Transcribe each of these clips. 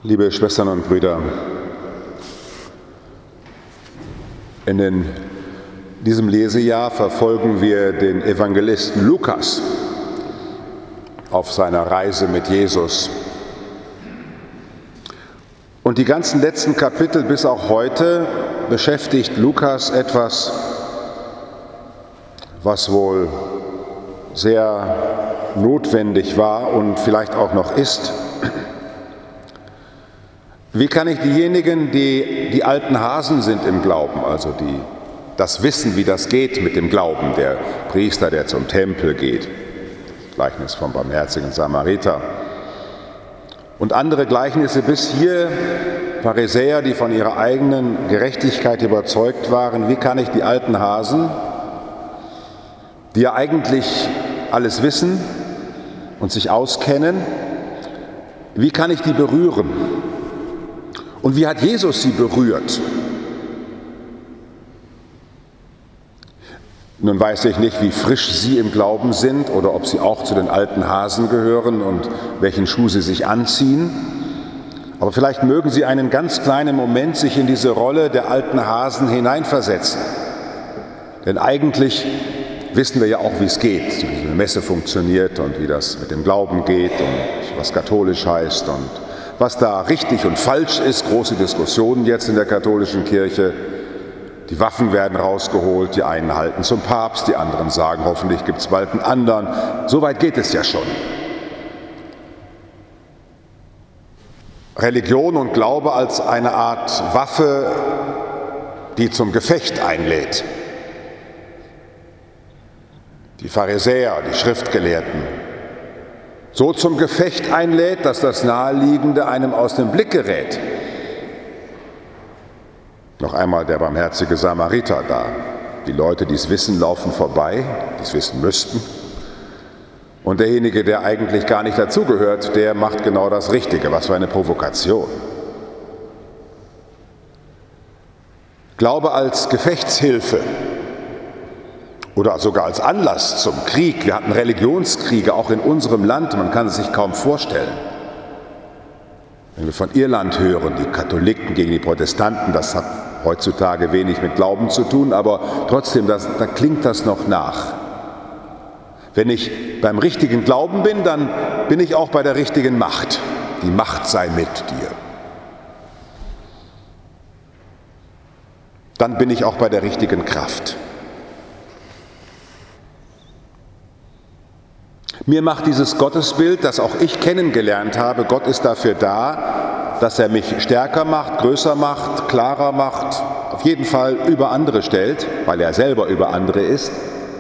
Liebe Schwestern und Brüder, in diesem Lesejahr verfolgen wir den Evangelisten Lukas auf seiner Reise mit Jesus. Und die ganzen letzten Kapitel bis auch heute beschäftigt Lukas etwas, was wohl sehr notwendig war und vielleicht auch noch ist. Wie kann ich diejenigen, die die alten Hasen sind im Glauben, also die das wissen, wie das geht mit dem Glauben, der Priester, der zum Tempel geht, Gleichnis vom barmherzigen Samariter, und andere Gleichnisse bis hier, Pharisäer, die von ihrer eigenen Gerechtigkeit überzeugt waren, wie kann ich die alten Hasen, die ja eigentlich alles wissen und sich auskennen, wie kann ich die berühren? Und wie hat Jesus sie berührt? Nun weiß ich nicht, wie frisch Sie im Glauben sind oder ob Sie auch zu den alten Hasen gehören und welchen Schuh Sie sich anziehen. Aber vielleicht mögen Sie einen ganz kleinen Moment sich in diese Rolle der alten Hasen hineinversetzen. Denn eigentlich wissen wir ja auch, wie es geht, wie eine Messe funktioniert und wie das mit dem Glauben geht und was katholisch heißt und was da richtig und falsch ist. Große Diskussionen jetzt in der katholischen Kirche. Die Waffen werden rausgeholt, die einen halten zum Papst, die anderen sagen, hoffentlich gibt es bald einen anderen. So weit geht es ja schon. Religion und Glaube als eine Art Waffe, die zum Gefecht einlädt. Die Pharisäer, die Schriftgelehrten, so zum Gefecht einlädt, dass das Naheliegende einem aus dem Blick gerät. Noch einmal der barmherzige Samariter da. Die Leute, die es wissen, laufen vorbei, die es wissen müssten. Und derjenige, der eigentlich gar nicht dazugehört, der macht genau das Richtige. Was für eine Provokation. Glaube als Gefechtshilfe oder sogar als Anlass zum Krieg. Wir hatten Religionskriege auch in unserem Land, man kann es sich kaum vorstellen. Wenn wir von Irland hören, die Katholiken gegen die Protestanten, das hat heutzutage wenig mit Glauben zu tun, aber trotzdem, da klingt das noch nach. Wenn ich beim richtigen Glauben bin, dann bin ich auch bei der richtigen Macht. Die Macht sei mit dir. Dann bin ich auch bei der richtigen Kraft. Mir macht dieses Gottesbild, das auch ich kennengelernt habe, Gott ist dafür da, dass er mich stärker macht, größer macht, klarer macht, auf jeden Fall über andere stellt, weil er selber über andere ist.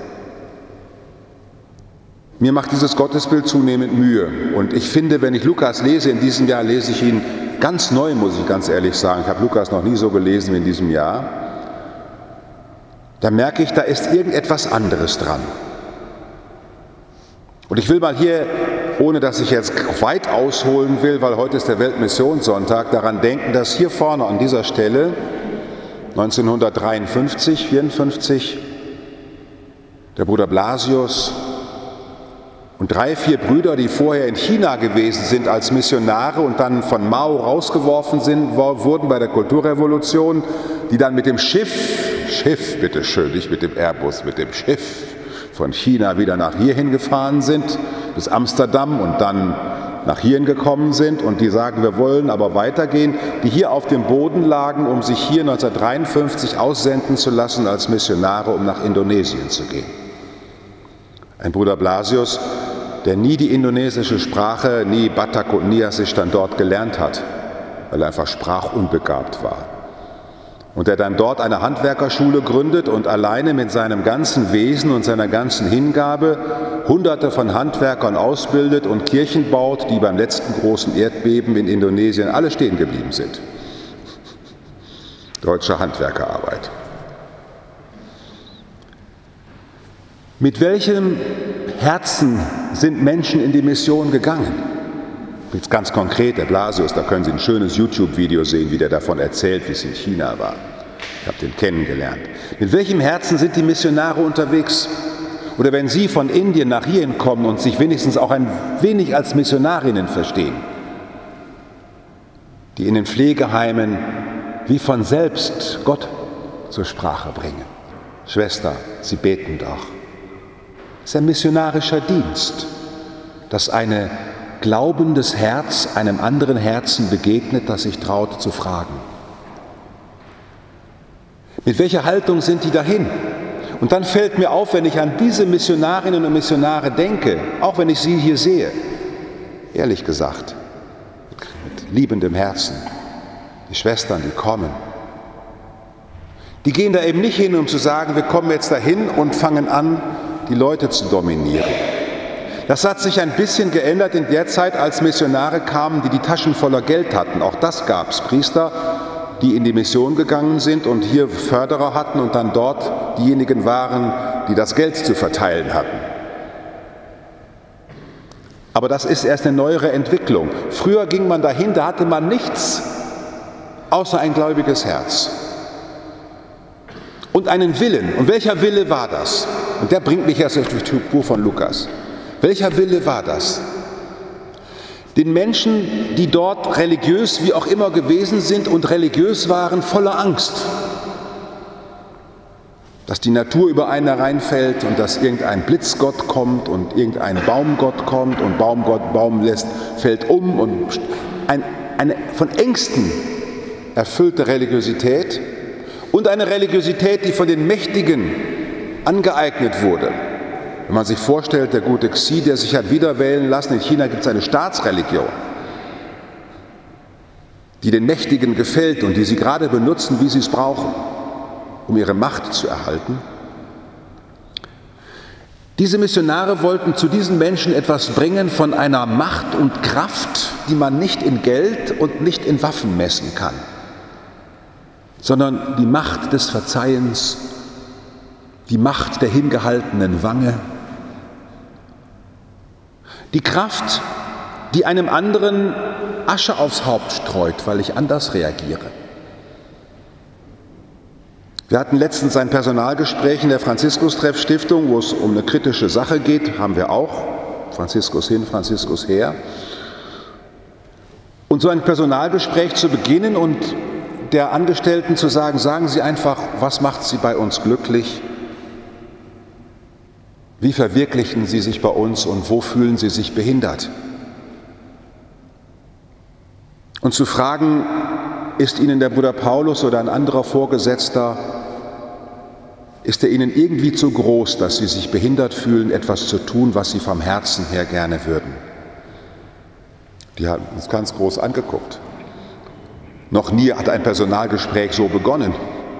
Mir macht dieses Gottesbild zunehmend Mühe. Und ich finde, wenn ich Lukas lese, in diesem Jahr lese ich ihn ganz neu, muss ich ganz ehrlich sagen. Ich habe Lukas noch nie so gelesen wie in diesem Jahr. Da merke ich, da ist irgendetwas anderes dran. Und ich will mal hier, ohne dass ich jetzt weit ausholen will, weil heute ist der Weltmissionssonntag, daran denken, dass hier vorne an dieser Stelle 1953, 54 der Bruder Blasius und 3, 4 Brüder, die vorher in China gewesen sind als Missionare und dann von Mao rausgeworfen wurden bei der Kulturrevolution, die dann mit dem Schiff, bitteschön, nicht mit dem Airbus, mit dem Schiff von China wieder nach hierhin gefahren sind, bis Amsterdam und dann nach hierhin gekommen sind und die sagen, wir wollen aber weitergehen, die hier auf dem Boden lagen, um sich hier 1953 aussenden zu lassen als Missionare, um nach Indonesien zu gehen. Ein Bruder Blasius, der nie die indonesische Sprache, nie Batak und Niasisch dann dort gelernt hat, weil er einfach sprachunbegabt war. Und der dann dort eine Handwerkerschule gründet und alleine mit seinem ganzen Wesen und seiner ganzen Hingabe Hunderte von Handwerkern ausbildet und Kirchen baut, die beim letzten großen Erdbeben in Indonesien alle stehen geblieben sind. Deutsche Handwerkerarbeit. Mit welchem Herzen sind Menschen in die Mission gegangen? Jetzt ganz konkret, der Blasius, da können Sie ein schönes YouTube-Video sehen, wie der davon erzählt, wie es in China war. Ich habe den kennengelernt. Mit welchem Herzen sind die Missionare unterwegs? Oder wenn Sie von Indien nach hierhin kommen und sich wenigstens auch ein wenig als Missionarinnen verstehen, die in den Pflegeheimen wie von selbst Gott zur Sprache bringen. Schwester, Sie beten doch. Es ist ein missionarischer Dienst, dass ein glaubendes Herz einem anderen Herzen begegnet, das sich traut zu fragen. Mit welcher Haltung sind die dahin? Und dann fällt mir auf, wenn ich an diese Missionarinnen und Missionare denke, auch wenn ich sie hier sehe, ehrlich gesagt, mit liebendem Herzen, die Schwestern, die kommen, die gehen da eben nicht hin, um zu sagen, wir kommen jetzt dahin und fangen an, die Leute zu dominieren. Das hat sich ein bisschen geändert in der Zeit, als Missionare kamen, die die Taschen voller Geld hatten. Auch das gab es. Priester, die in die Mission gegangen sind und hier Förderer hatten und dann dort diejenigen waren, die das Geld zu verteilen hatten. Aber das ist erst eine neuere Entwicklung. Früher ging man dahin, da hatte man nichts außer ein gläubiges Herz und einen Willen. Und welcher Wille war das? Und der bringt mich erst durch das Buch von Lukas. Welcher Wille war das? Den Menschen, die dort religiös wie auch immer gewesen sind und religiös waren, voller Angst, dass die Natur über einen hereinfällt und dass irgendein Blitzgott kommt und irgendein Baumgott kommt und Baum fällt um und eine von Ängsten erfüllte Religiosität und eine Religiosität, die von den Mächtigen angeeignet wurde. Wenn man sich vorstellt, der gute Xi, der sich hat wiederwählen lassen, in China gibt es eine Staatsreligion, die den Mächtigen gefällt und die sie gerade benutzen, wie sie es brauchen, um ihre Macht zu erhalten. Diese Missionare wollten zu diesen Menschen etwas bringen von einer Macht und Kraft, die man nicht in Geld und nicht in Waffen messen kann, sondern die Macht des Verzeihens, die Macht der hingehaltenen Wange, die Kraft, die einem anderen Asche aufs Haupt streut, weil ich anders reagiere. Wir hatten letztens ein Personalgespräch in der Franziskus-Treff-Stiftung, wo es um eine kritische Sache geht, haben wir auch, Franziskus hin, Franziskus her. Und so ein Personalgespräch zu beginnen und der Angestellten zu sagen, sagen Sie einfach, was macht Sie bei uns glücklich? Wie verwirklichen Sie sich bei uns und wo fühlen Sie sich behindert? Und zu fragen, ist Ihnen der Bruder Paulus oder ein anderer Vorgesetzter, ist er Ihnen irgendwie zu groß, dass Sie sich behindert fühlen, etwas zu tun, was Sie vom Herzen her gerne würden? Die haben uns ganz groß angeguckt. Noch nie hat ein Personalgespräch so begonnen.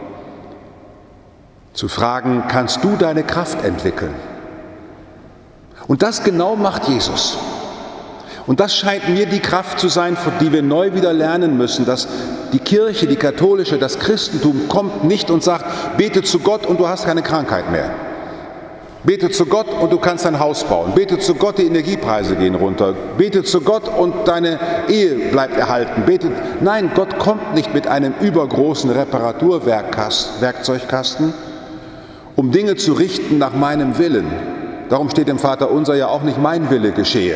Zu fragen, kannst du deine Kraft entwickeln? Und das genau macht Jesus. Und das scheint mir die Kraft zu sein, die wir neu wieder lernen müssen, dass die Kirche, die katholische, das Christentum kommt nicht und sagt, bete zu Gott und du hast keine Krankheit mehr. Bete zu Gott und du kannst ein Haus bauen. Bete zu Gott, die Energiepreise gehen runter. Bete zu Gott und deine Ehe bleibt erhalten. Nein, Gott kommt nicht mit einem übergroßen Reparaturwerkzeugkasten, um Dinge zu richten nach meinem Willen. Darum steht im Vaterunser ja auch nicht mein Wille geschehe.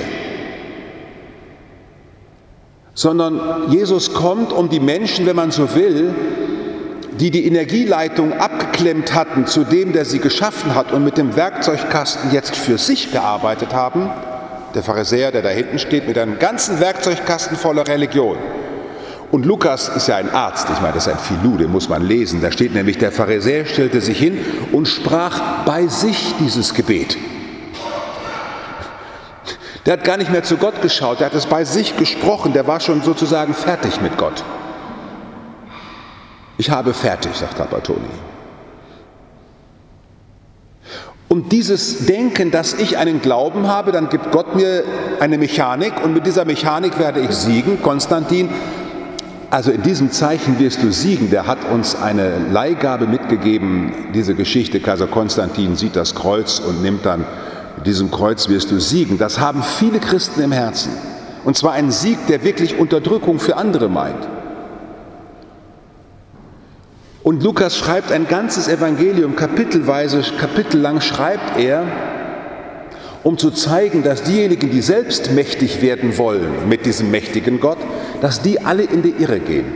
Sondern Jesus kommt, um die Menschen, wenn man so will, die die Energieleitung abgeklemmt hatten zu dem, der sie geschaffen hat und mit dem Werkzeugkasten jetzt für sich gearbeitet haben, der Pharisäer, der da hinten steht, mit einem ganzen Werkzeugkasten voller Religion. Und Lukas ist ja ein Arzt, ich meine, das ist ein Philou, den muss man lesen. Da steht nämlich, der Pharisäer stellte sich hin und sprach bei sich dieses Gebet. Der hat gar nicht mehr zu Gott geschaut, der hat es bei sich gesprochen, der war schon sozusagen fertig mit Gott. Ich habe fertig, sagt Trapattoni. Und dieses Denken, dass ich einen Glauben habe, dann gibt Gott mir eine Mechanik und mit dieser Mechanik werde ich siegen. Konstantin, also in diesem Zeichen wirst du siegen, der hat uns eine Leihgabe mitgegeben, diese Geschichte. Kaiser Konstantin sieht das Kreuz und nimmt dann, mit diesem Kreuz wirst du siegen. Das haben viele Christen im Herzen. Und zwar ein Sieg, der wirklich Unterdrückung für andere meint. Und Lukas schreibt ein ganzes Evangelium, kapitellang schreibt er, um zu zeigen, dass diejenigen, die selbst mächtig werden wollen mit diesem mächtigen Gott, dass die alle in die Irre gehen.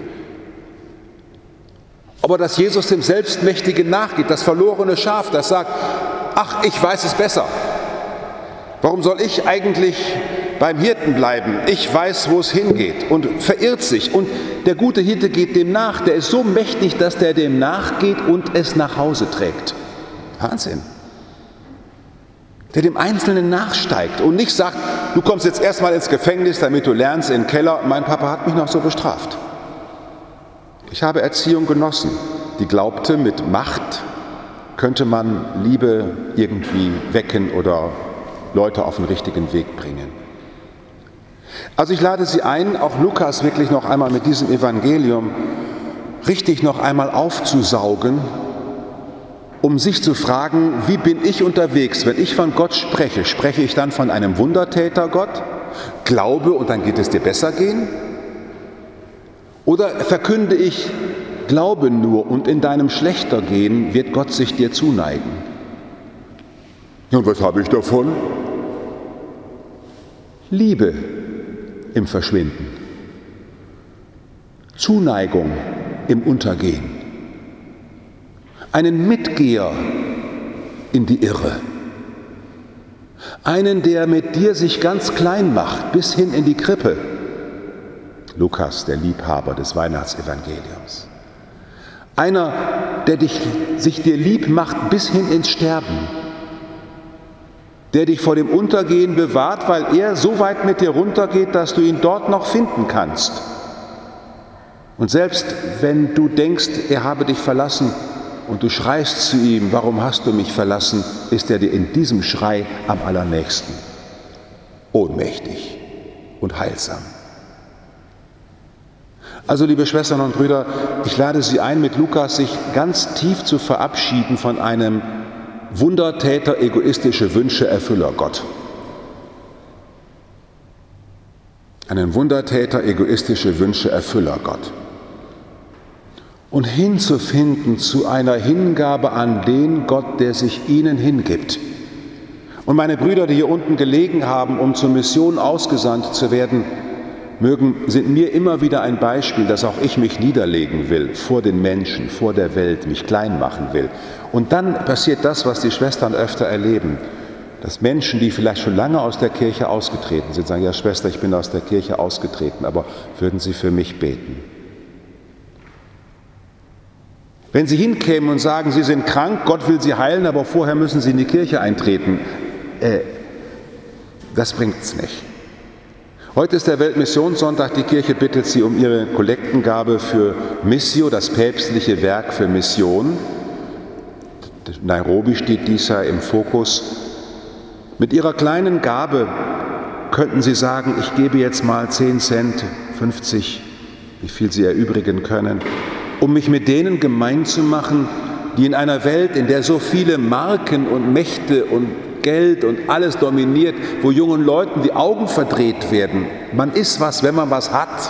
Aber dass Jesus dem Selbstmächtigen nachgeht, das verlorene Schaf, das sagt, ach, ich weiß es besser. Warum soll ich eigentlich beim Hirten bleiben? Ich weiß, wo es hingeht, und verirrt sich. Und der gute Hirte geht dem nach. Der ist so mächtig, dass der dem nachgeht und es nach Hause trägt. Wahnsinn. Der dem Einzelnen nachsteigt und nicht sagt, du kommst jetzt erstmal ins Gefängnis, damit du lernst in den Keller. Mein Papa hat mich noch so bestraft. Ich habe Erziehung genossen, die glaubte, mit Macht könnte man Liebe irgendwie wecken oder Leute auf den richtigen Weg bringen. Also ich lade Sie ein, auch Lukas wirklich noch einmal mit diesem Evangelium richtig noch einmal aufzusaugen, um sich zu fragen, wie bin ich unterwegs? Wenn ich von Gott spreche, spreche ich dann von einem Wundertäter-Gott? Glaube und dann geht es dir besser gehen? Oder verkünde ich, glaube nur und in deinem Schlechtergehen wird Gott sich dir zuneigen? Ja, und was habe ich davon? Liebe im Verschwinden, Zuneigung im Untergehen, einen Mitgeher in die Irre, einen, der mit dir sich ganz klein macht, bis hin in die Krippe. Lukas, der Liebhaber des Weihnachtsevangeliums. Einer, der sich dir lieb macht bis hin ins Sterben. Der dich vor dem Untergehen bewahrt, weil er so weit mit dir runtergeht, dass du ihn dort noch finden kannst. Und selbst wenn du denkst, er habe dich verlassen und du schreist zu ihm, warum hast du mich verlassen, ist er dir in diesem Schrei am allernächsten. Ohnmächtig und heilsam. Also, liebe Schwestern und Brüder, ich lade Sie ein, mit Lukas sich ganz tief zu verabschieden von einem Wundertäter, egoistische Wünsche, Erfüller Gott. Einen Wundertäter, egoistische Wünsche, Erfüller Gott. Und hinzufinden zu einer Hingabe an den Gott, der sich ihnen hingibt. Und meine Brüder, die hier unten gelegen haben, um zur Mission ausgesandt zu werden, sind mir immer wieder ein Beispiel, dass auch ich mich niederlegen will vor den Menschen, vor der Welt, mich klein machen will. Und dann passiert das, was die Schwestern öfter erleben, dass Menschen, die vielleicht schon lange aus der Kirche ausgetreten sind, sagen, ja Schwester, ich bin aus der Kirche ausgetreten, aber würden Sie für mich beten? Wenn Sie hinkämen und sagen, Sie sind krank, Gott will Sie heilen, aber vorher müssen Sie in die Kirche eintreten, das bringt's nicht. Heute ist der Weltmissionssonntag, die Kirche bittet Sie um ihre Kollektengabe für Missio, das päpstliche Werk für Mission. Nairobi steht dies ja im Fokus. Mit Ihrer kleinen Gabe könnten Sie sagen, ich gebe jetzt mal 10 Cent, 50, wie viel Sie erübrigen können, um mich mit denen gemein zu machen, die in einer Welt, in der so viele Marken und Mächte und Geld und alles dominiert, wo jungen Leuten die Augen verdreht werden. Man ist was, wenn man was hat.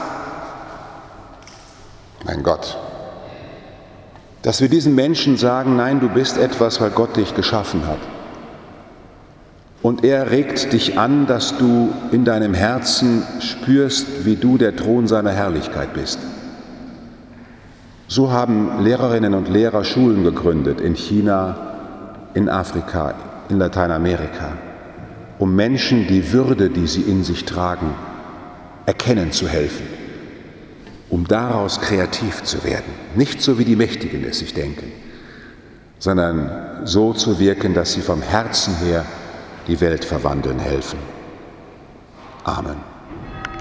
Mein Gott, dass wir diesen Menschen sagen, nein, du bist etwas, weil Gott dich geschaffen hat. Und er regt dich an, dass du in deinem Herzen spürst, wie du der Thron seiner Herrlichkeit bist. So haben Lehrerinnen und Lehrer Schulen gegründet in China, in Afrika, in Lateinamerika, um Menschen die Würde, die sie in sich tragen, erkennen zu helfen, um daraus kreativ zu werden. Nicht so, wie die Mächtigen es sich denken, sondern so zu wirken, dass sie vom Herzen her die Welt verwandeln helfen. Amen.